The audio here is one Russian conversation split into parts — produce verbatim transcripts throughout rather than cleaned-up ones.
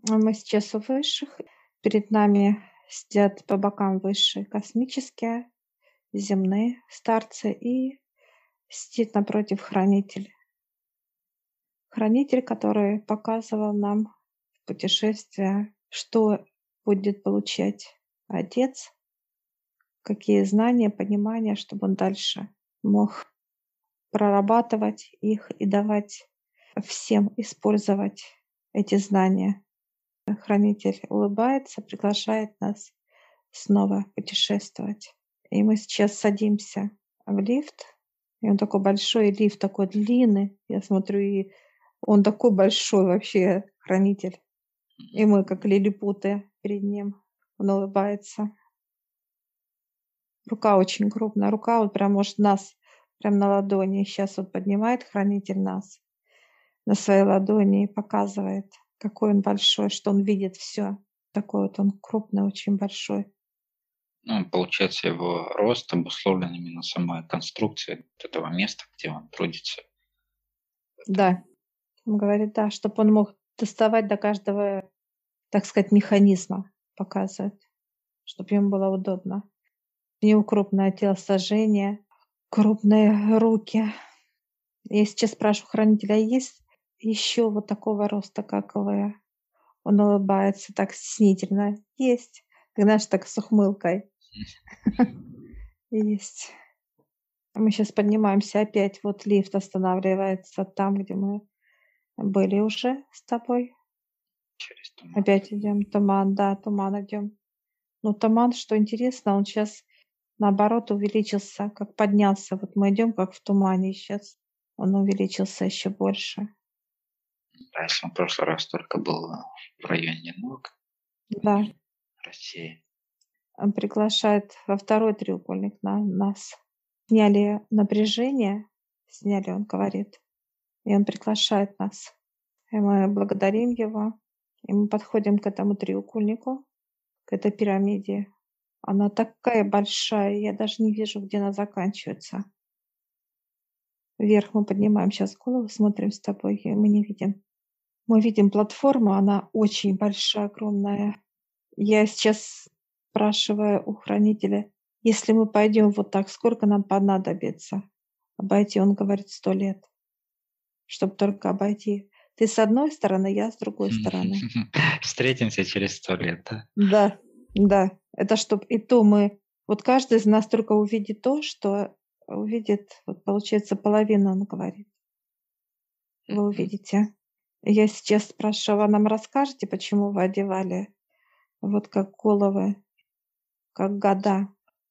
А мы сейчас у высших. Перед нами сидят по бокам высшие космические, земные старцы и сидит напротив хранитель. Хранитель, который показывал нам в путешествии, что будет получать Отец, какие знания, понимания, чтобы он дальше мог прорабатывать их и давать всем использовать эти знания. Хранитель улыбается, приглашает нас снова путешествовать. И мы сейчас садимся в лифт. И он такой большой, и лифт такой длинный. Я смотрю, и он такой большой вообще, хранитель. И мы как лилипуты перед ним. Он улыбается. Рука очень крупная. Рука вот прям может нас прям на ладони. Сейчас вот поднимает хранитель нас на своей ладони и показывает, какой он большой, что он видит все. Такой вот он крупный, очень большой. Ну, получается, его рост обусловлен именно самой конструкцией вот этого места, где он трудится. Да, он говорит, да, чтобы он мог доставать до каждого, так сказать, механизма, показывает, чтобы ему было удобно. У него крупное телосложение, крупные руки. Я сейчас спрашиваю хранителя: "А есть еще вот такого роста, как вы?" Он улыбается так стеснительно: "Есть". Ты знаешь, так с ухмылкой. Есть. Мы сейчас поднимаемся опять, вот лифт останавливается там, где мы были уже с тобой. Через туман. Опять идем туман, да, туман идем. Ну, туман, что интересно, он сейчас наоборот увеличился, как поднялся. Вот мы идем как в тумане сейчас. Он увеличился еще больше. Да, если он в прошлый раз только был в районе ног, Да, России. он приглашает во второй треугольник на нас. Сняли напряжение, сняли, он говорит, и он приглашает нас. И мы благодарим его, и мы подходим к этому треугольнику, к этой пирамиде. Она такая большая, я даже не вижу, где она заканчивается. Вверх мы поднимаем сейчас голову, смотрим с тобой, и мы не видим. Мы видим платформу, она очень большая, огромная. Я сейчас спрашиваю у хранителя: "Если мы пойдем вот так, сколько нам понадобится обойти?" Он говорит: "сто лет, чтобы только обойти. Ты с одной стороны, я с другой стороны". Встретимся через сто лет, да? Да, да, это чтоб и то мы вот каждый из нас только увидит то, что увидит, вот получается, половину, он говорит. Вы Мгм. увидите. Я сейчас спрашивала: "Нам расскажете, почему вы одевали вот как головы, как года?"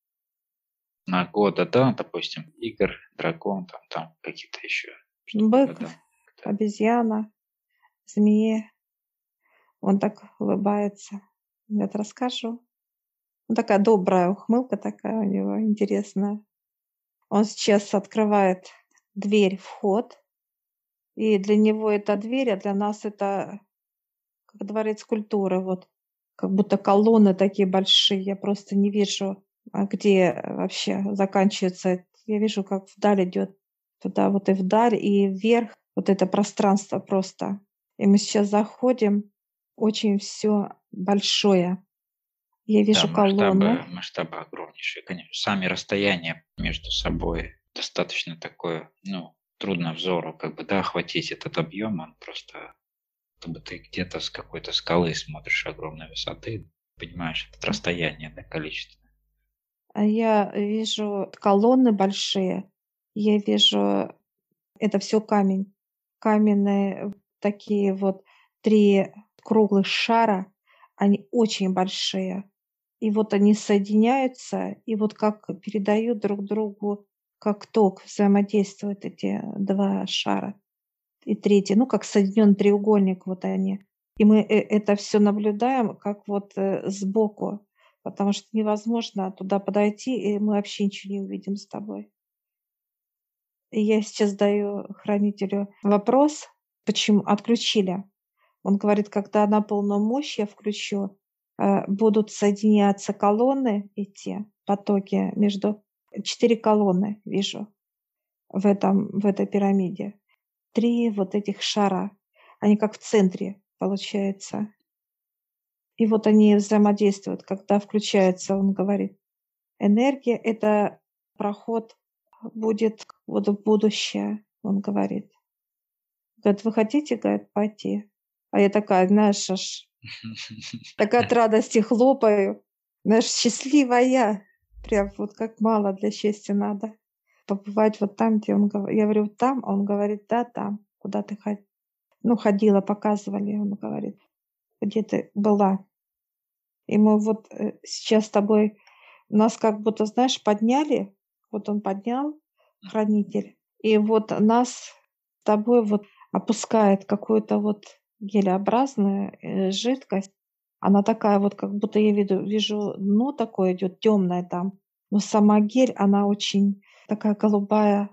На года, да, допустим, тигр, дракон, там, там какие-то еще, чтобы Бык, года. Да. обезьяна, змея. Он так улыбается. Говорит: "Расскажу". Ну, такая добрая ухмылка такая у него интересная. Он сейчас открывает дверь, вход, и для него это дверь, а для нас это как дворец культуры. Вот как будто колонны такие большие. Я просто не вижу, а, где э, вообще заканчивается. эт Я вижу, как вдаль идет туда вот и вдаль, и вверх. Вот это пространство просто. И мы сейчас заходим. Очень все большое. Я Да, вижу колонны. масштабы, масштабы огромнейшие, конечно. Сами расстояния между собой достаточно такое, ну, трудно взору, как бы, да, охватить этот объем, он просто, как бы ты где-то с какой-то скалы смотришь огромной высоты, понимаешь, это расстояние, да, количество. А я вижу колонны большие. Я вижу это все камень. Каменные такие вот три круглых шара. Они очень большие. И вот они соединяются, и вот как передают друг другу, как ток взаимодействуют эти два шара. И третий, ну, как соединенный треугольник, вот они. И мы э это все наблюдаем как вот, э, сбоку, потому что невозможно туда подойти, и мы вообще ничего не увидим с тобой. И я сейчас задаю хранителю вопрос, почему отключили. Он говорит: "Когда на полную мощь я включу, э, будут соединяться колонны идти, потоки между четыре колонны вижу в этом в этой пирамиде. Три вот этих шара, они как в центре, получается. И вот они взаимодействуют, когда включается, он говорит, энергия — это проход будет вот в будущее, он говорит. Говорит: "Вы хотите, говорит, пойти?" А я такая, знаешь, аж такая от радости хлопаю, знаешь, счастливая. Прям вот как мало для счастья надо. Побывать вот там, где он гов я говорю: "Там?" Он говорит: "Да, там, куда ты хо" ну, ходила, показывали, он говорит: "Где ты была?" И мы вот, э, сейчас с тобой нас как будто, знаешь, подняли, вот он поднял, хранитель, и вот нас с тобой вот опускает какую-то вот гелеобразную, э, жидкость. Она такая вот, как будто я виду вижу дно такое идет темное там, но сама гель, она очень такая голубая,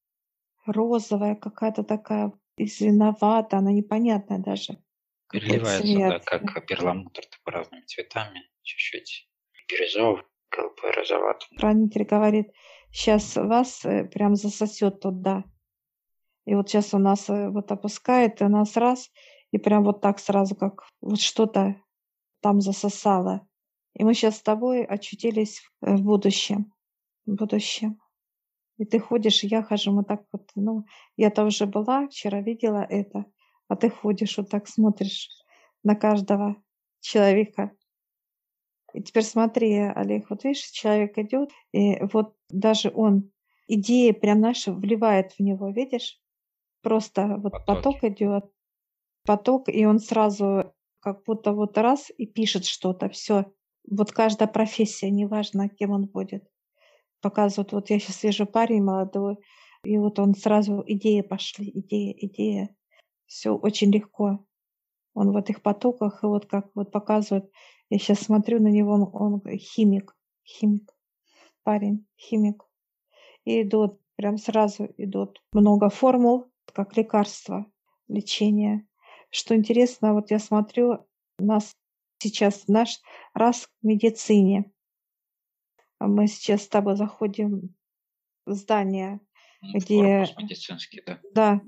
розовая, какая-то такая зеленоватая, она непонятная даже, какой Переливается, да, цвет. как перламутр такой разными цветами, чуть-чуть бирюзовый, голубой, розоватый. Хранитель говорит: "Щас вас, э, прям засосет туда". И вот сейчас он нас, э, вот опускает, и нас раз, и прям вот так сразу, как вот что-то там засосало. И мы сейчас с тобой очутились в в будущем. В будущем. И ты ходишь, и я хожу, мы так вот, ну, я-то уже была, вчера видела это, а ты ходишь, вот так смотришь на каждого человека. И теперь смотри, Олег, вот видишь, человек идет, и вот даже он идеи прям наши вливает в него, видишь? Просто вот Потоки. поток идет, поток, и он сразу как будто вот раз и пишет что-то, все. Вот каждая профессия, неважно, кем он будет. Показывают, вот я сейчас вижу парень молодой, и вот он сразу идеи пошли, идея, идея. Все очень легко. Он в этих потоках, и вот как вот показывают, я сейчас смотрю на него, он он химик, химик, парень, химик. И идут, прям сразу идут много формул, как лекарства, лечение. Что интересно, вот я смотрю, у нас сейчас наш раз к медицине. А мы сейчас с тобой заходим в здание, Ну, в корпус где медицинский, да. да,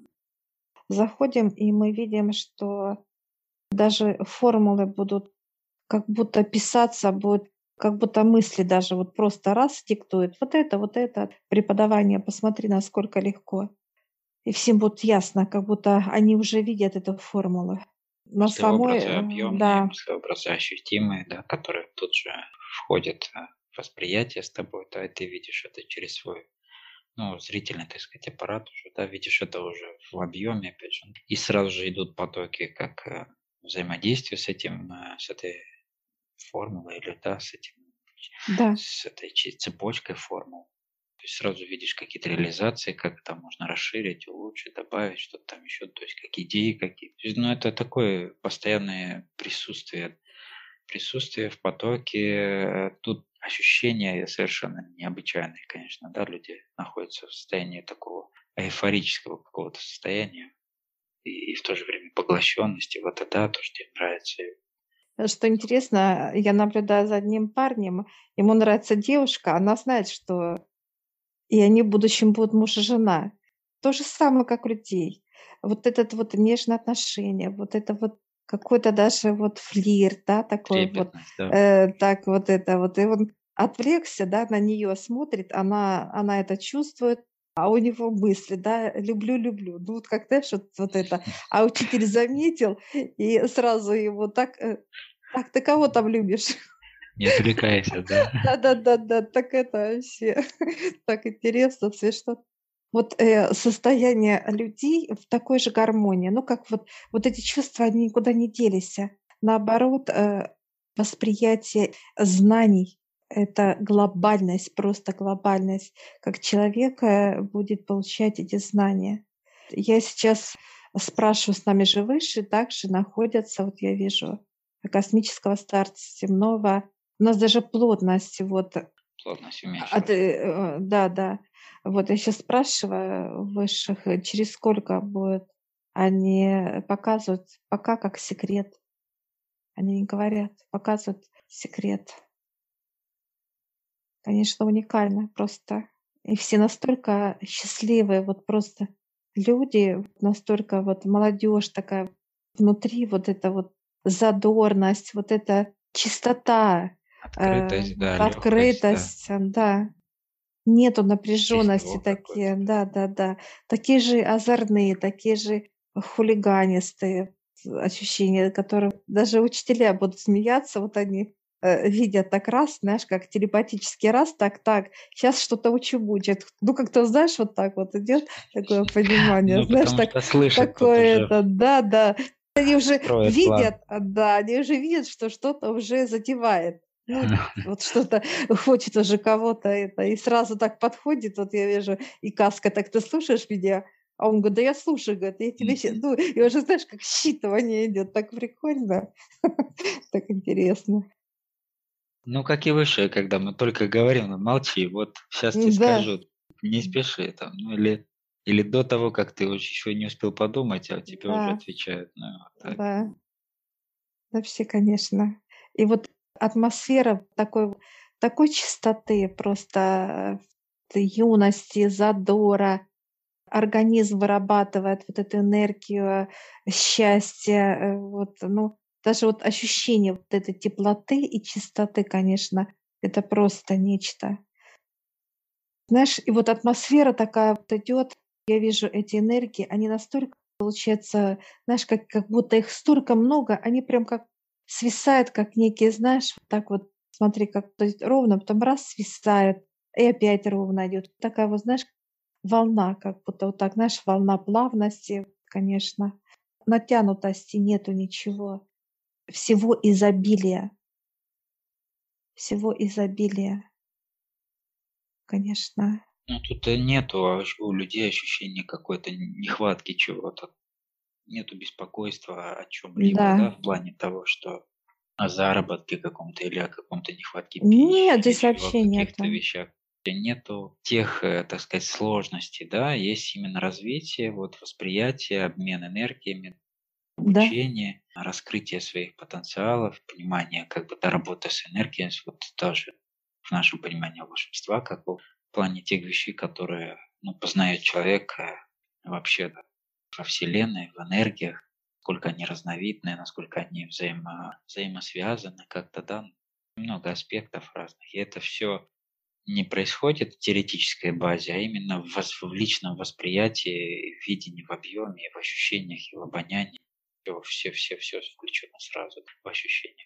заходим, и мы видим, что даже формулы будут как будто писаться будет, как будто мысли даже вот просто раз диктует. Вот это, вот это. Преподавание, посмотри, насколько легко. И всем будет ясно, как будто они уже видят эту формулу. На самой, Мыслеобразы э, объемные, да, мыслеобразы ощутимые, да, которые тут же входят э, в восприятие с тобой, да, и ты видишь это через свой, ну, зрительный, так сказать, аппарат уже, да, видишь это уже в объеме, опять же. И сразу же идут потоки, как э, взаимодействие с этим, э, с этой формулой или, да, с этим, да. с этой чи- цепочкой формул. То есть сразу видишь какие-то реализации, как это можно расширить, улучшить, добавить что-то там еще, то есть как идеи какие-то. То есть, ну, это такое постоянное присутствие, присутствие в потоке. э, Тут ощущения совершенно необычайные, конечно, да, люди находятся в состоянии такого эйфорического какого-то состояния и, и в то же время поглощенности. Вот это да, то, что им нравится. Э, Что интересно, я наблюдаю за одним парнем, ему нравится девушка, она знает, что и они в будущем будут муж и жена. То же самое, как у людей. Вот этот вот нежное отношение, вот это вот какой-то даже вот флирт, да, такой вот, Трепетность, да. э, так вот это вот. И он отвлекся, да, на нее смотрит, она она это чувствует, а у него мысли, да: "Люблю, люблю". Ну, вот как, знаешь, вот вот это. А учитель заметил и сразу его так, э: "Так, ты кого там любишь?" Не отвлекайся, да. Да-да-да-да, так это вообще так интересно, смешно. Вот, э, состояние людей в такой же гармонии. Ну, как вот вот эти чувства, они никуда не делись. а. Наоборот, э, восприятие знаний — это глобальность, просто глобальность, как человек, э, будет получать эти знания. Я сейчас спрашиваю, с нами же выше также находятся, вот я вижу, космического старца земного. У нас даже плотность вот Плотность от, уменьшилась. э, э, да-да. Вот я сейчас спрашиваю высших, э, через сколько будет. Они показывают пока как секрет. Они не говорят, показывают секрет. Конечно, уникально просто. И все настолько счастливые, вот просто люди, вот настолько вот молодежь такая внутри, вот это вот задорность, вот эта чистота, э, Открытость, вот да, легкость, да. открытость, э, да. Нету напряженности Естество такие, какое-то. да-да-да. Такие же озорные, такие же хулиганистые ощущения, которые даже учителя будут смеяться. Вот они, э, видят так раз, знаешь, как телепатически раз, так, так, сейчас что-то учу будет. Ну, как-то, знаешь, вот так вот идет такое понимание, Ну, знаешь, потому так, что слышат тут такое уже, это, да-да. Они уже строят план. видят, а, да, они уже видят, что что-то уже задевает. Ну, вот что-то хочет уже кого-то это, и сразу так подходит, вот я вижу, и Каска так: "Ты слушаешь меня?" А он говорит: "Да я слушаю", говорит, "я тебе ща" Мгм. ну, и уже знаешь, как считывание идет, так прикольно, так интересно. Ну, как и выше, когда мы только говорим: "Ну, молчи, вот сейчас тебе Да, скажу, не спеши там". Ну, или или до того, как ты уж еще не успел подумать, а тебе уже да, отвечают. Ну, вот так. да, вообще, конечно. И вот атмосфера такой такой чистоты, просто, э, юности, задора. Организм вырабатывает вот эту энергию счастья, э, вот, ну, даже вот ощущение вот этой теплоты и чистоты, конечно, это просто нечто. Знаешь, и вот атмосфера такая вот идет, я вижу эти энергии, они настолько, получается, знаешь, как, как будто их столько много, они прям как свисают, как некие, знаешь, вот так вот, смотри, как то есть ровно, потом раз свисает, и опять ровно идет. Такая вот, знаешь, волна, как будто вот так, знаешь, волна плавности, конечно. Натянутости нету ничего. Всего изобилия, всего изобилия, конечно. Ну, тут и нету аж у людей ощущения какой-то нехватки чего-то. Нету беспокойства о Да. чем-либо, да, в плане того, что о заработке каком-то или о каком-то нехватке Нет, пищи или здесь еще о вообще каких-то нету. вещах. И нету тех, э, так сказать, сложностей, да, есть именно развитие, вот восприятие, обмен энергиями, Да, обучение, раскрытие своих потенциалов, понимание как бы, да, работы с энергией, с вот тоже в нашем понимании волшебства, как бы в плане тех вещей, которые, ну, познает человек, э, вообще, да, во Вселенной, в энергиях, сколько они разновидны, насколько они взаимо взаимосвязаны как-то, да. Много аспектов разных. И это все не происходит в теоретической базе, а именно в вос в личном восприятии, в видении, в объеме, в ощущениях и в обонянии. Все все все включено сразу в ощущения.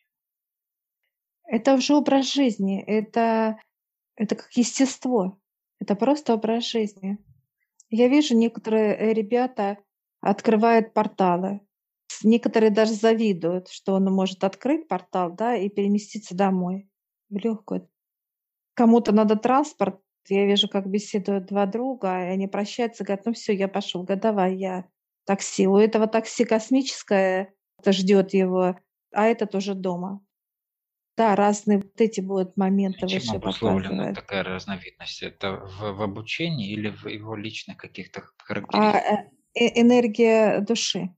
это уже образ жизни, это это как естество, это просто образ жизни. Я вижу, некоторые, э, ребята открывают порталы. С некоторые даже завидуют, что он может открыть портал, да, и переместиться домой в легкую. Кому-то надо транспорт. Я вижу, как беседуют два друга, и они прощаются, говорят: "Ну все, я пошел". Говорю: "Давай, я такси". У этого такси космическое ждет его, а этот уже дома. Да, разные вот эти будут моменты Чем выше обусловлена показывает. такая разновидность? Это в в обучении или в его личных каких-то А, э, характеристиках? э энергия души,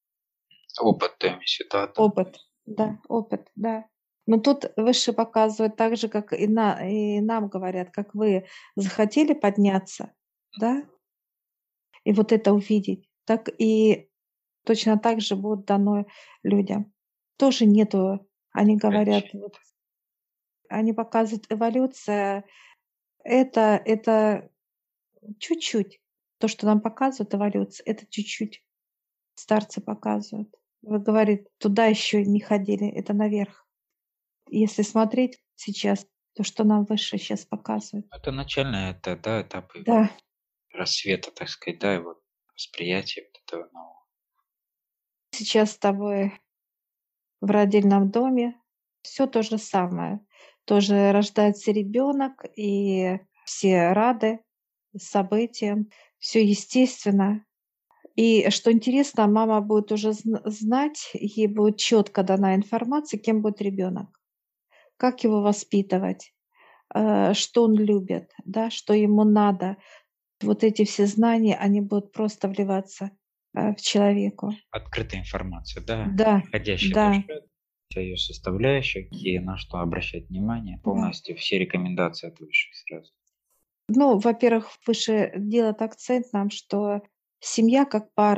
Опыт, ты имеешь в виду, да? опыт, да, опыт, да. Но тут выше показывают так же, как и на и нам говорят, как вы захотели подняться, да, и вот это увидеть, так и точно так же будет дано людям. Тоже нету, они говорят, Ограничений. вот они показывают эволюция. Это это чуть-чуть. То, что нам показывают эволюция, это чуть-чуть. Старцы показывают. Вот говорит, туда еще не ходили, это наверх. Если смотреть сейчас, то, что нам выше сейчас показывают. Это начальная, это, да, этапы Да, рассвета, так сказать, да, и вот восприятие вот этого нового. сейчас с тобой в родильном доме все то же самое. Тоже рождается ребенок, и все рады событиям, все естественно. И что интересно, мама будет уже зн знать, ей будет четко дана информация, кем будет ребенок, как его воспитывать, э, что он любит, да, что ему надо. Вот эти все знания, они будут просто вливаться, э, в человеку. Открытая информация, да, Да, приходящая да, душе, вся ее составляющая, какие на что обращать внимание, да. полностью все рекомендации от высших сразу. Ну, во-первых, выше делает акцент нам, что семья как пара.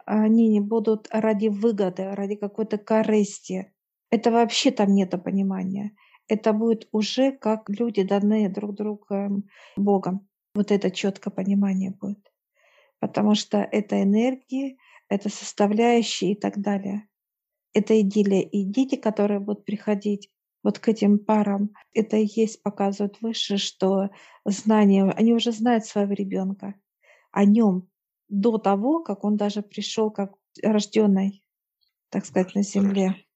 они не будут ради выгоды, ради какой-то корысти. Это вообще там нету понимания. Это будет уже как люди, данные друг другом Богом. Вот это четкое понимание будет. Потому что это энергии, это составляющие и так далее. Это идиллия. И дети, которые будут приходить вот к этим парам, это и есть показывают выше, что знания, они уже знают своего ребенка о нем до того, как он даже пришел как рожденный, так сказать, на земле. Рождённый.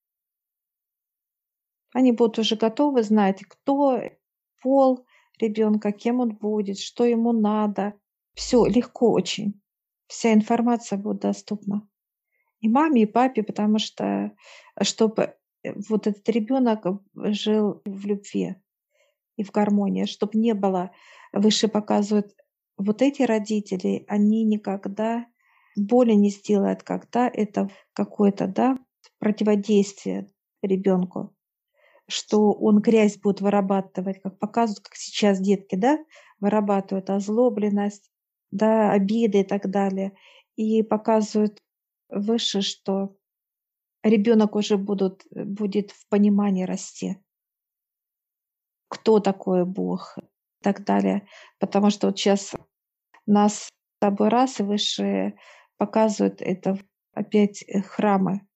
Они будут уже готовы знать, кто, пол ребенка, кем он будет, что ему надо. Все легко очень. Вся информация будет доступна и маме, и папе, потому что, чтобы вот этот ребенок жил в любви и в гармонии, чтобы не было, выше показывают, вот эти родители, они никогда боли не сделают, когда это какое-то, да, противодействие ребенку, что он грязь будет вырабатывать, как показывают, как сейчас детки, да, вырабатывают озлобленность, да, обиды и так далее. И показывают выше, что ребенок уже будут, будет в понимании расти, кто такой Бог и так далее. Потому что вот сейчас нас с тобой раз и выше показывают это опять э, храмы,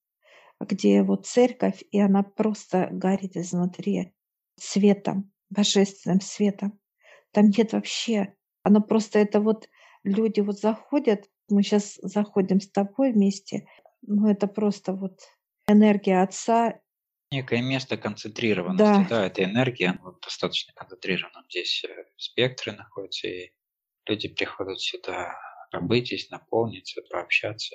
где вот церковь, и она просто горит изнутри светом, божественным светом. Там нет вообще, оно просто это вот люди вот заходят, мы сейчас заходим с тобой вместе, ну это просто вот энергия Отца. Некое место концентрированности, Да, да, эта энергия, она вот достаточно концентрирована. Здесь, э, спектры находятся, и люди приходят сюда побыть здесь, наполниться, пообщаться.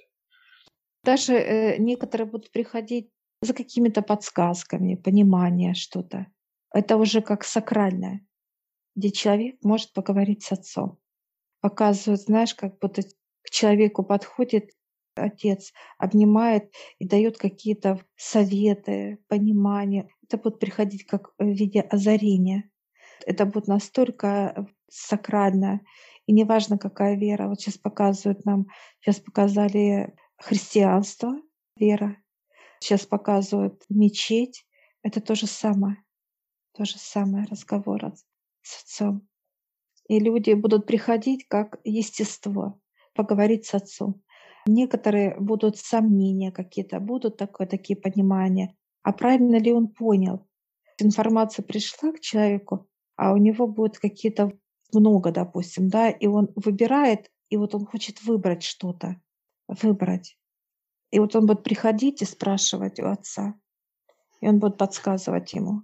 даже э, некоторые будут приходить за какими-то подсказками, понимание что-то. Это уже как сакральное, где человек может поговорить с Отцом. Показывают, знаешь, как будто к человеку подходит отец, обнимает и дает какие-то советы, понимание. Это будет приходить как в виде озарения. Это будет настолько сакрально. И неважно, какая вера. Вот сейчас показывают нам, сейчас показали христианство, вера. Сейчас показывают мечеть. Это то же самое. То же самое разговор от- с отцом. И люди будут приходить как естество, поговорить с отцом. Некоторые будут сомнения какие-то, будут такое, такие понимания. А правильно ли он понял? Информация пришла к человеку, а у него будет какие-то много, допустим, да, и он выбирает, и вот он хочет выбрать что-то, выбрать. И вот он будет приходить и спрашивать у отца, и он будет подсказывать ему.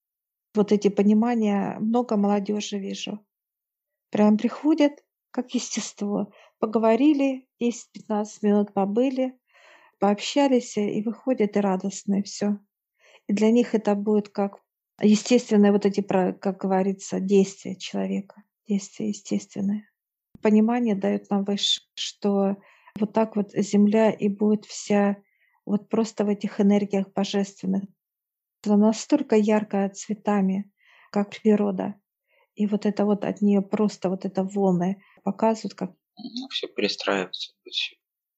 Вот эти понимания, много молодежи вижу. Прям приходят как естество. Поговорили десять пятнадцать минут, побыли, пообщались, э, и выходят и радостные, все. И для них это будет как естественные вот эти, про как говорится, действия человека, действия естественные. Понимание даёт нам выше, что вот так вот земля и будет вся вот просто в этих энергиях божественных. Она настолько яркая цветами, как природа. И вот это вот от нее просто вот это волны показывают, как. Ну, всё перестраивается, будет всё.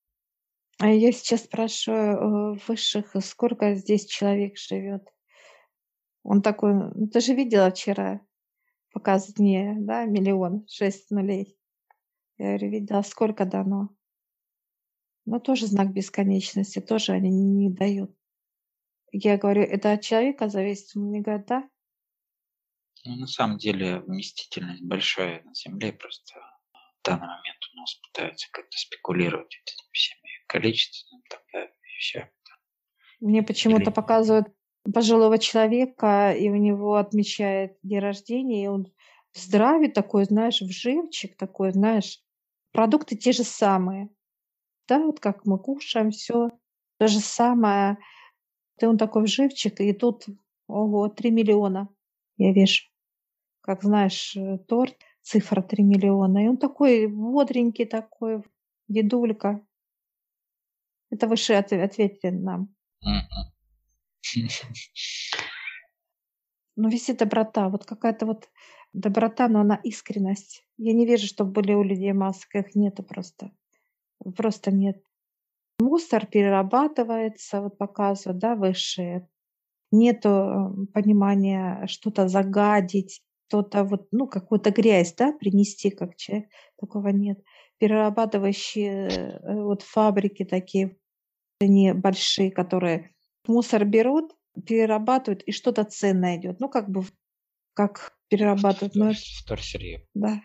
А я сейчас спрашиваю, э, высших, э, сколько здесь человек живет? Он такой: "Ну, ты же видела вчера, показывает мне, да, миллион шесть нулей". Я говорю: "Видела". "Сколько дано?" Ну, тоже знак бесконечности, тоже они не дают. Я говорю: "Это от человека зависит?" Он мне говорит: "Да". Ну, на самом деле вместительность большая на Земле, просто в данный момент у нас пытаются как-то спекулировать вот этими всеми количественными там, да, вещами. Мне почему-то Или показывают пожилого человека, и у него отмечают день рождения, и он в здравии такой, знаешь, в живчик такой, знаешь. Продукты те же самые. Да, вот как мы кушаем, все то же самое. И он такой в живчик, и тут, ого, три миллиона я вижу. Как знаешь, э, торт, цифра три миллиона. И он такой бодренький такой, дедулька. Это выше отве ответили нам. Мгм. Но везде доброта, вот какая-то вот доброта, но она искренность. Я не вижу, чтобы были у людей маски, их нету просто. Просто нет. Мусор перерабатывается, вот показывают, да, высшие. Нету э, понимания что-то загадить, что-то вот, ну, какую-то грязь, да, принести как человек. Такого нет. Перерабатывающие э, вот фабрики такие, они большие, которые мусор берут, перерабатывают, и что-то ценное идет. Ну, как бы в- как Да, в- перерабатывают, в- но это, вторсырье. да.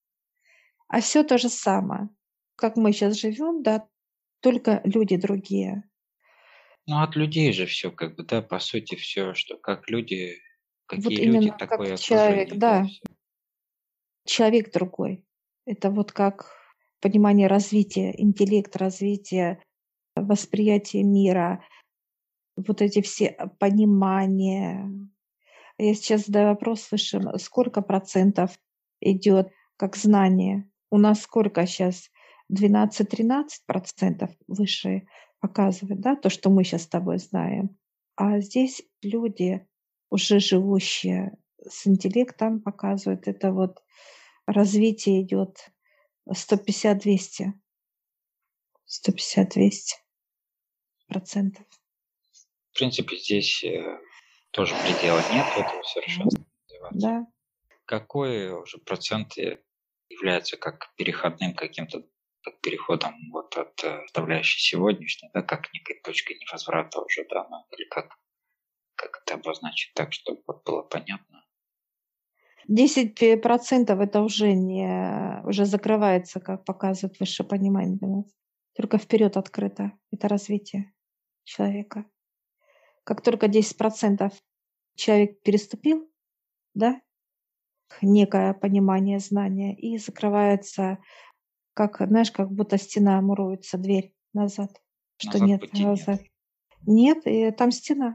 А все то же самое. Как мы сейчас живем, да, только люди другие. Ну, от людей же все как бы, да, по сути, все, что как люди, Вот какие люди, именно как такое человек, окружение, да, и да, все. человек другой. Это вот как понимание развития, интеллект, развитие, восприятие мира, вот эти все а, понимания. Я сейчас задаю вопрос высшим, сколько процентов идет как знание? У нас сколько сейчас? Двенадцать-тринадцать процентов высшие показывают, да, то, что мы сейчас с тобой знаем. А здесь люди, уже живущие с интеллектом, показывают, это вот развитие идет сто пятьдесят двести сто пятьдесят двести процентов. В принципе, здесь э, тоже предела нет у этого совершенства развиваться. Да. Какой уже процент э, является как переходным каким-то, как переходом вот от э, составляющей сегодняшней, да, как некой точкой невозврата уже, да, ну, или как, как это обозначить так, чтобы вот было понятно. десять пе процентов это уже не уже закрывается, как показывает высшее понимание для нас. Только вперед открыто. Это развитие человека. Как только десять процентов человек переступил, да, некое понимание, знание, и закрывается, как, знаешь, как будто стена муруется, дверь назад, что Назад нет пути нет. назад. Нет, и там стена.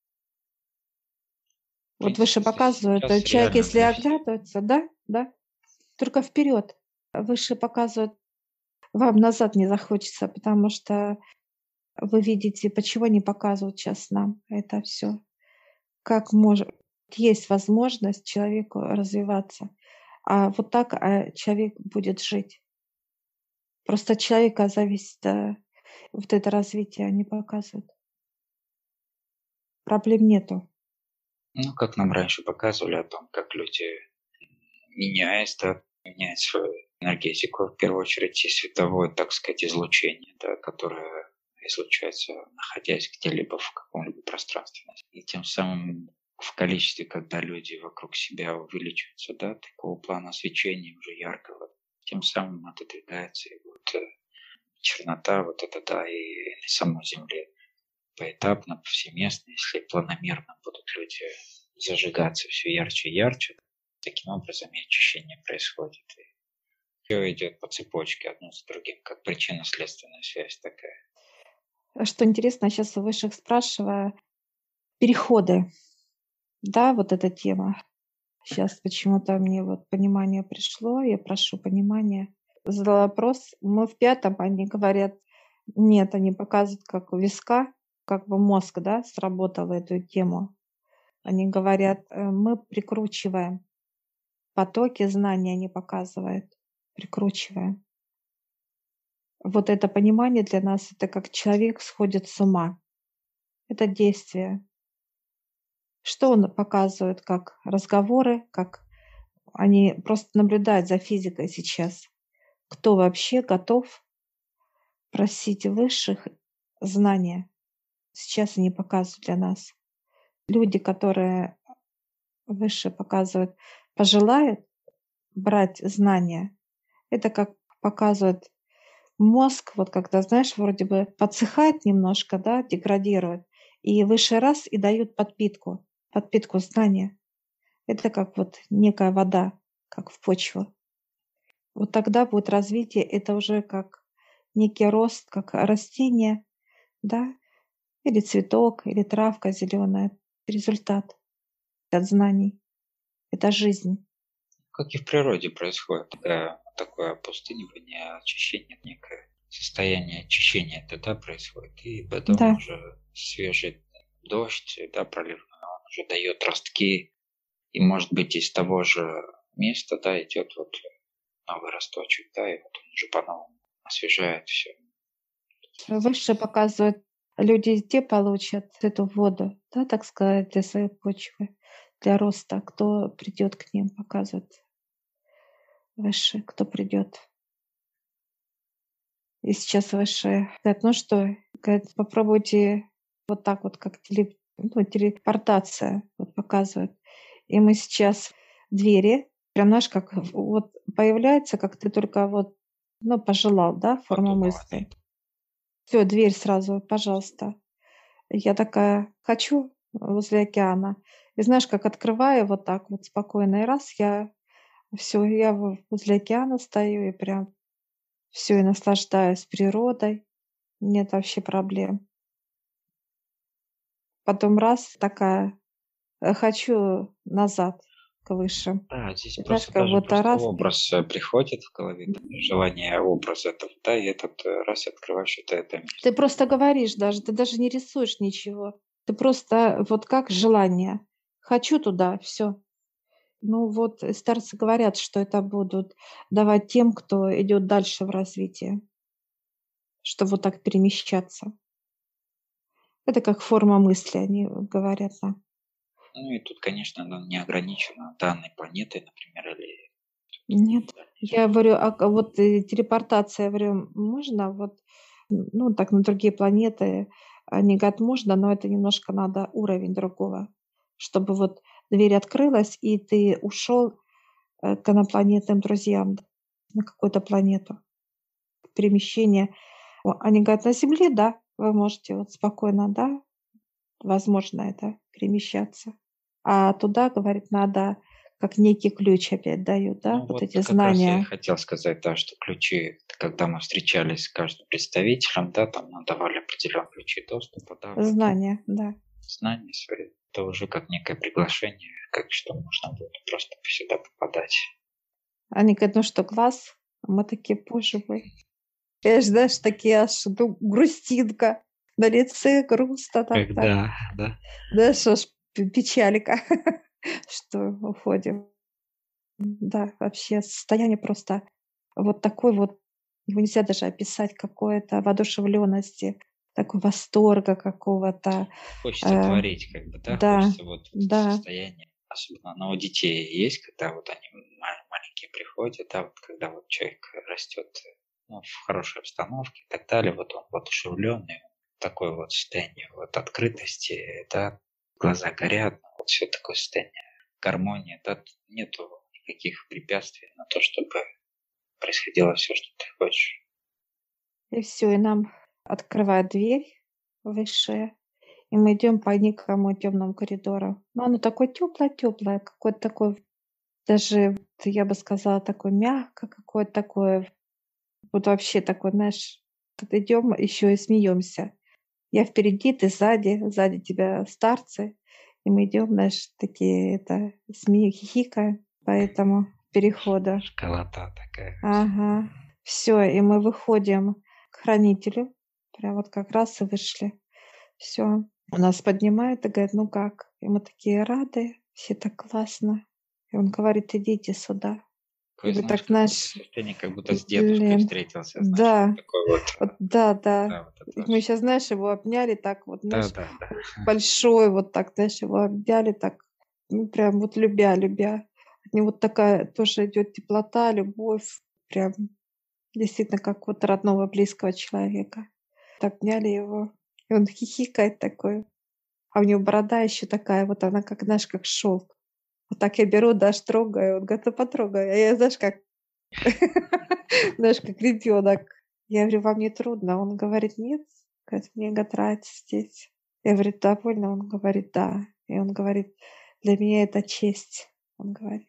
В Вот выше принципе, здесь показывают, э, сейчас человек, реально если для всех. оглядывается, да, да, только вперед. Выше показывают, вам назад не захочется, потому что вы видите, почему не показывают сейчас нам это все. Как может есть возможность человеку развиваться, а вот так, а, человек будет жить. Просто от человека зависит, э, вот это развитие, они показывают. Проблем нету. Ну, как нам раньше показывали о том, как люди, меняясь, да, меняют свою энергетику, в первую очередь, и световое, так сказать, излучение, да, которое излучается, находясь где-либо в каком-либо пространстве. И тем самым в количестве, когда люди вокруг себя увеличиваются, да, такого плана свечения уже яркого, тем самым отодвигается и вот э, чернота, вот это, да, и на самой Земле поэтапно, повсеместно, если планомерно будут люди зажигаться все ярче и ярче, таким образом и очищение происходит. И все идет по цепочке одно за другим, как причинно-следственная связь такая. А что интересно, сейчас у высших спрашиваю, переходы, да, вот эта тема. Сейчас почему-то мне вот понимание пришло, я прошу понимания. Задала вопрос, мы в пятом, они говорят, нет, они показывают, как у виска, как бы мозг, да, сработал эту тему. Они говорят, э, мы прикручиваем потоки знаний, они показывают, прикручиваем. Вот это понимание для нас, это как человек сходит с ума. Это действие. Что он показывает, как разговоры, как они просто наблюдают за физикой сейчас. Кто вообще готов просить высших знания? Сейчас они показывают для нас. Люди, которые выше показывают, пожелают брать знания, это как показывает мозг, вот когда, знаешь, вроде бы подсыхает немножко, да, деградирует, и выше раз и дают подпитку, подпитку знания. Это как вот некая вода, как в почву. Вот тогда будет развитие, это уже как некий рост, как растение, да, или цветок, или травка зеленая. Результат от знаний. Это жизнь. Как и в природе происходит, когда такое опустынивание, очищение, некое состояние очищения тогда происходит, и потом Да, уже свежий дождь, да, проливной, он уже дает ростки, и, может быть, из того же места, да, идет вот новый росточек, да, и вот он уже по-новому освежает все. Выше показывают, люди те получат эту воду, да, так сказать, для своей почвы, для роста. Кто придет к ним, показывает выше, кто придет. И сейчас выше говорят, ну что, говорят, попробуйте вот так вот, как теле, ну, телепортация, вот показывают. И мы сейчас двери, прям знаешь, как в- вот появляется, как ты только вот, ну, пожелал, да, форма Подумал о ней. мысли. Все, дверь сразу, пожалуйста. Я такая хочу возле океана. И знаешь, как открываю вот так вот спокойно, и раз я все, я в- возле океана стою и прям все, и наслаждаюсь природой. Нет вообще проблем. Потом раз такая, э, хочу назад к высшим. Да, здесь И знаешь, просто как даже будто просто раз ты образ э, приходит в голове, д там, желание, образ этого, да, и этот э, раз открываешь это, это ты место. просто говоришь даже, ты даже не рисуешь ничего. Ты просто вот как желание. Хочу туда, все. Ну вот, э, старцы говорят, что это будут давать тем, кто идет дальше в развитии, чтобы вот так перемещаться. Это как форма мысли, они говорят нам. Ну и тут, конечно, оно не ограничено данной планетой, например, или Нет, да, я говорю, а к вот, э, телепортация, я говорю, можно вот, н ну, так на другие планеты? Они говорят, можно, но это немножко надо уровень другого, чтобы вот дверь открылась, и ты ушел э, к инопланетным друзьям, д на какую-то планету. Перемещение. О, они говорят, на Земле, да, вы можете вот спокойно, да, возможно это, перемещаться. А туда, говорит, надо, как некий ключ опять дают, да, ну вот вот эти как раз я и знания, хотел сказать, да, что ключи, когда мы встречались с каждым представителем, да, там нам давали определенные ключи доступа, да, вот знания, да. знания свои. Это уже как некое приглашение, как что можно будет просто сюда попадать. Они говорят: "Ну что, класс?" А мы такие: "Боже мой". И аж, знаешь, такие аж, ну, грустинка на лице, грустно так так. Когда, да. Знаешь, аж пе печалька, что уходим. Да, вообще состояние просто вот такой вот, его нельзя даже описать, какой-то воодушевлённости, такой восторга какого-то. Хочется Э, творить, как бы, да, да, хочется вот в это да, состояние. Особенно оно у детей есть, когда вот они ма- маленькие приходят, да, вот когда вот человек растет ну, в хорошей обстановке и так далее, вот он воодушевленный, такое вот состояние вот открытости, да, глаза горят, ну, вот все такое состояние гармонии, да, нету никаких препятствий на то, чтобы происходило все, что ты хочешь. и всё, и нам открывают дверь высшая, и мы идём по некому тёмному коридору. Но оно такое тёплое-тёплое, какое-то такое, даже вот я бы сказала, такое мягкое, какое-то такое, вот вообще такое, знаешь, тут идём, ещё и смеёмся. Я впереди, ты сзади, сзади тебя старцы, и мы идём, знаешь, такие это, сме хихикаем по этому переходу. Школота такая. Ага. Всё, и мы выходим к хранителю. Прям вот как раз и вышли. Всё. Он нас поднимает и говорит: "Ну как?" И мы такие рады, все так классно. И он говорит: "Идите сюда". И Такое, вы знаешь, так, какое-то знаешь, состояние, как будто с дедушкой блин, встретился, знаешь, вот да, такой вот, вот э, да, да. да, вот это И вот мы всё. сейчас, знаешь, его обняли так вот, знаешь, Да-да-да. большой вот так, знаешь, его обняли так, ну, прям вот любя, любя. От него вот такая тоже идет теплота, любовь, прям действительно как вот родного, близкого человека. Так обняли его, и он хихикает такой, а у него борода еще такая вот, она как, знаешь, как шелк. Вот так я беру, даже трогаю, он говорит: "Ну, потрогай". А я, знаешь, как, знаешь, как ребенок. Я говорю: "Вам не трудно?" Он говорит: "Нет". Говорит: "Мне, говорит, нравится здесь". Я говорю: "Довольно?" Он говорит: "Да". И он говорит: "Для меня это честь". Он говорит: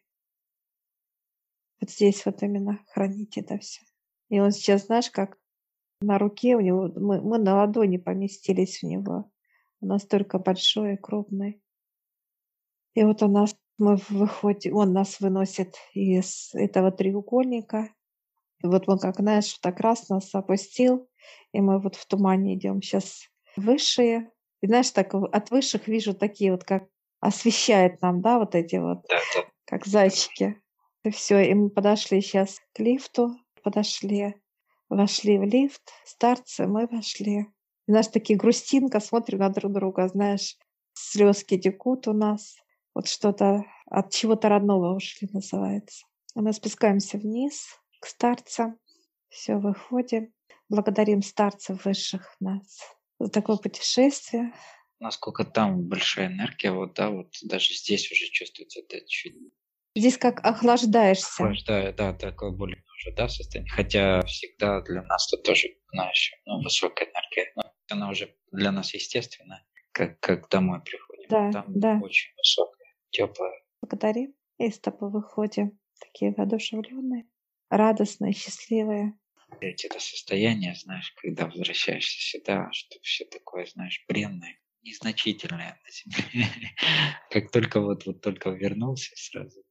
"Вот здесь вот именно хранить это все". И он сейчас, знаешь, как на руке у него, мы мы на ладони поместились у него. Он настолько большой и крупный. И вот у нас мы выходим, он нас выносит из этого треугольника. И вот он, как, знаешь, так раз нас опустил, и мы вот в тумане идем. Сейчас высшие. И знаешь, так в от высших вижу такие вот, как освещает нам, да, вот эти вот, Да-да. как зайчики. И все, и мы подошли сейчас к лифту, подошли. вошли в лифт, старцы, мы вошли. И знаешь, такие грустинка, смотрим на друг друга, знаешь, слезки текут у нас. Вот что-то от чего-то родного ушли, называется. И мы спускаемся вниз к старцам, все выходим, благодарим старцев высших нас за такое путешествие. Насколько там большая энергия, вот, да, вот даже здесь уже чувствуется это чуть Здесь как охлаждаешься. охлаждает, да, такое более уже, да, состояние. Хотя всегда для нас это тоже, знаешь, ну, высокая энергия. Но она уже для нас естественная, как, как домой приходим. Да, Там да, очень высокая, теплая. благодарим. И с тобой выходим такие воодушевленные, радостные, счастливые. Эти это состояние, знаешь, когда возвращаешься сюда, что все такое, знаешь, бренное, незначительное на земле. Как только вот, вот только вернулся, сразу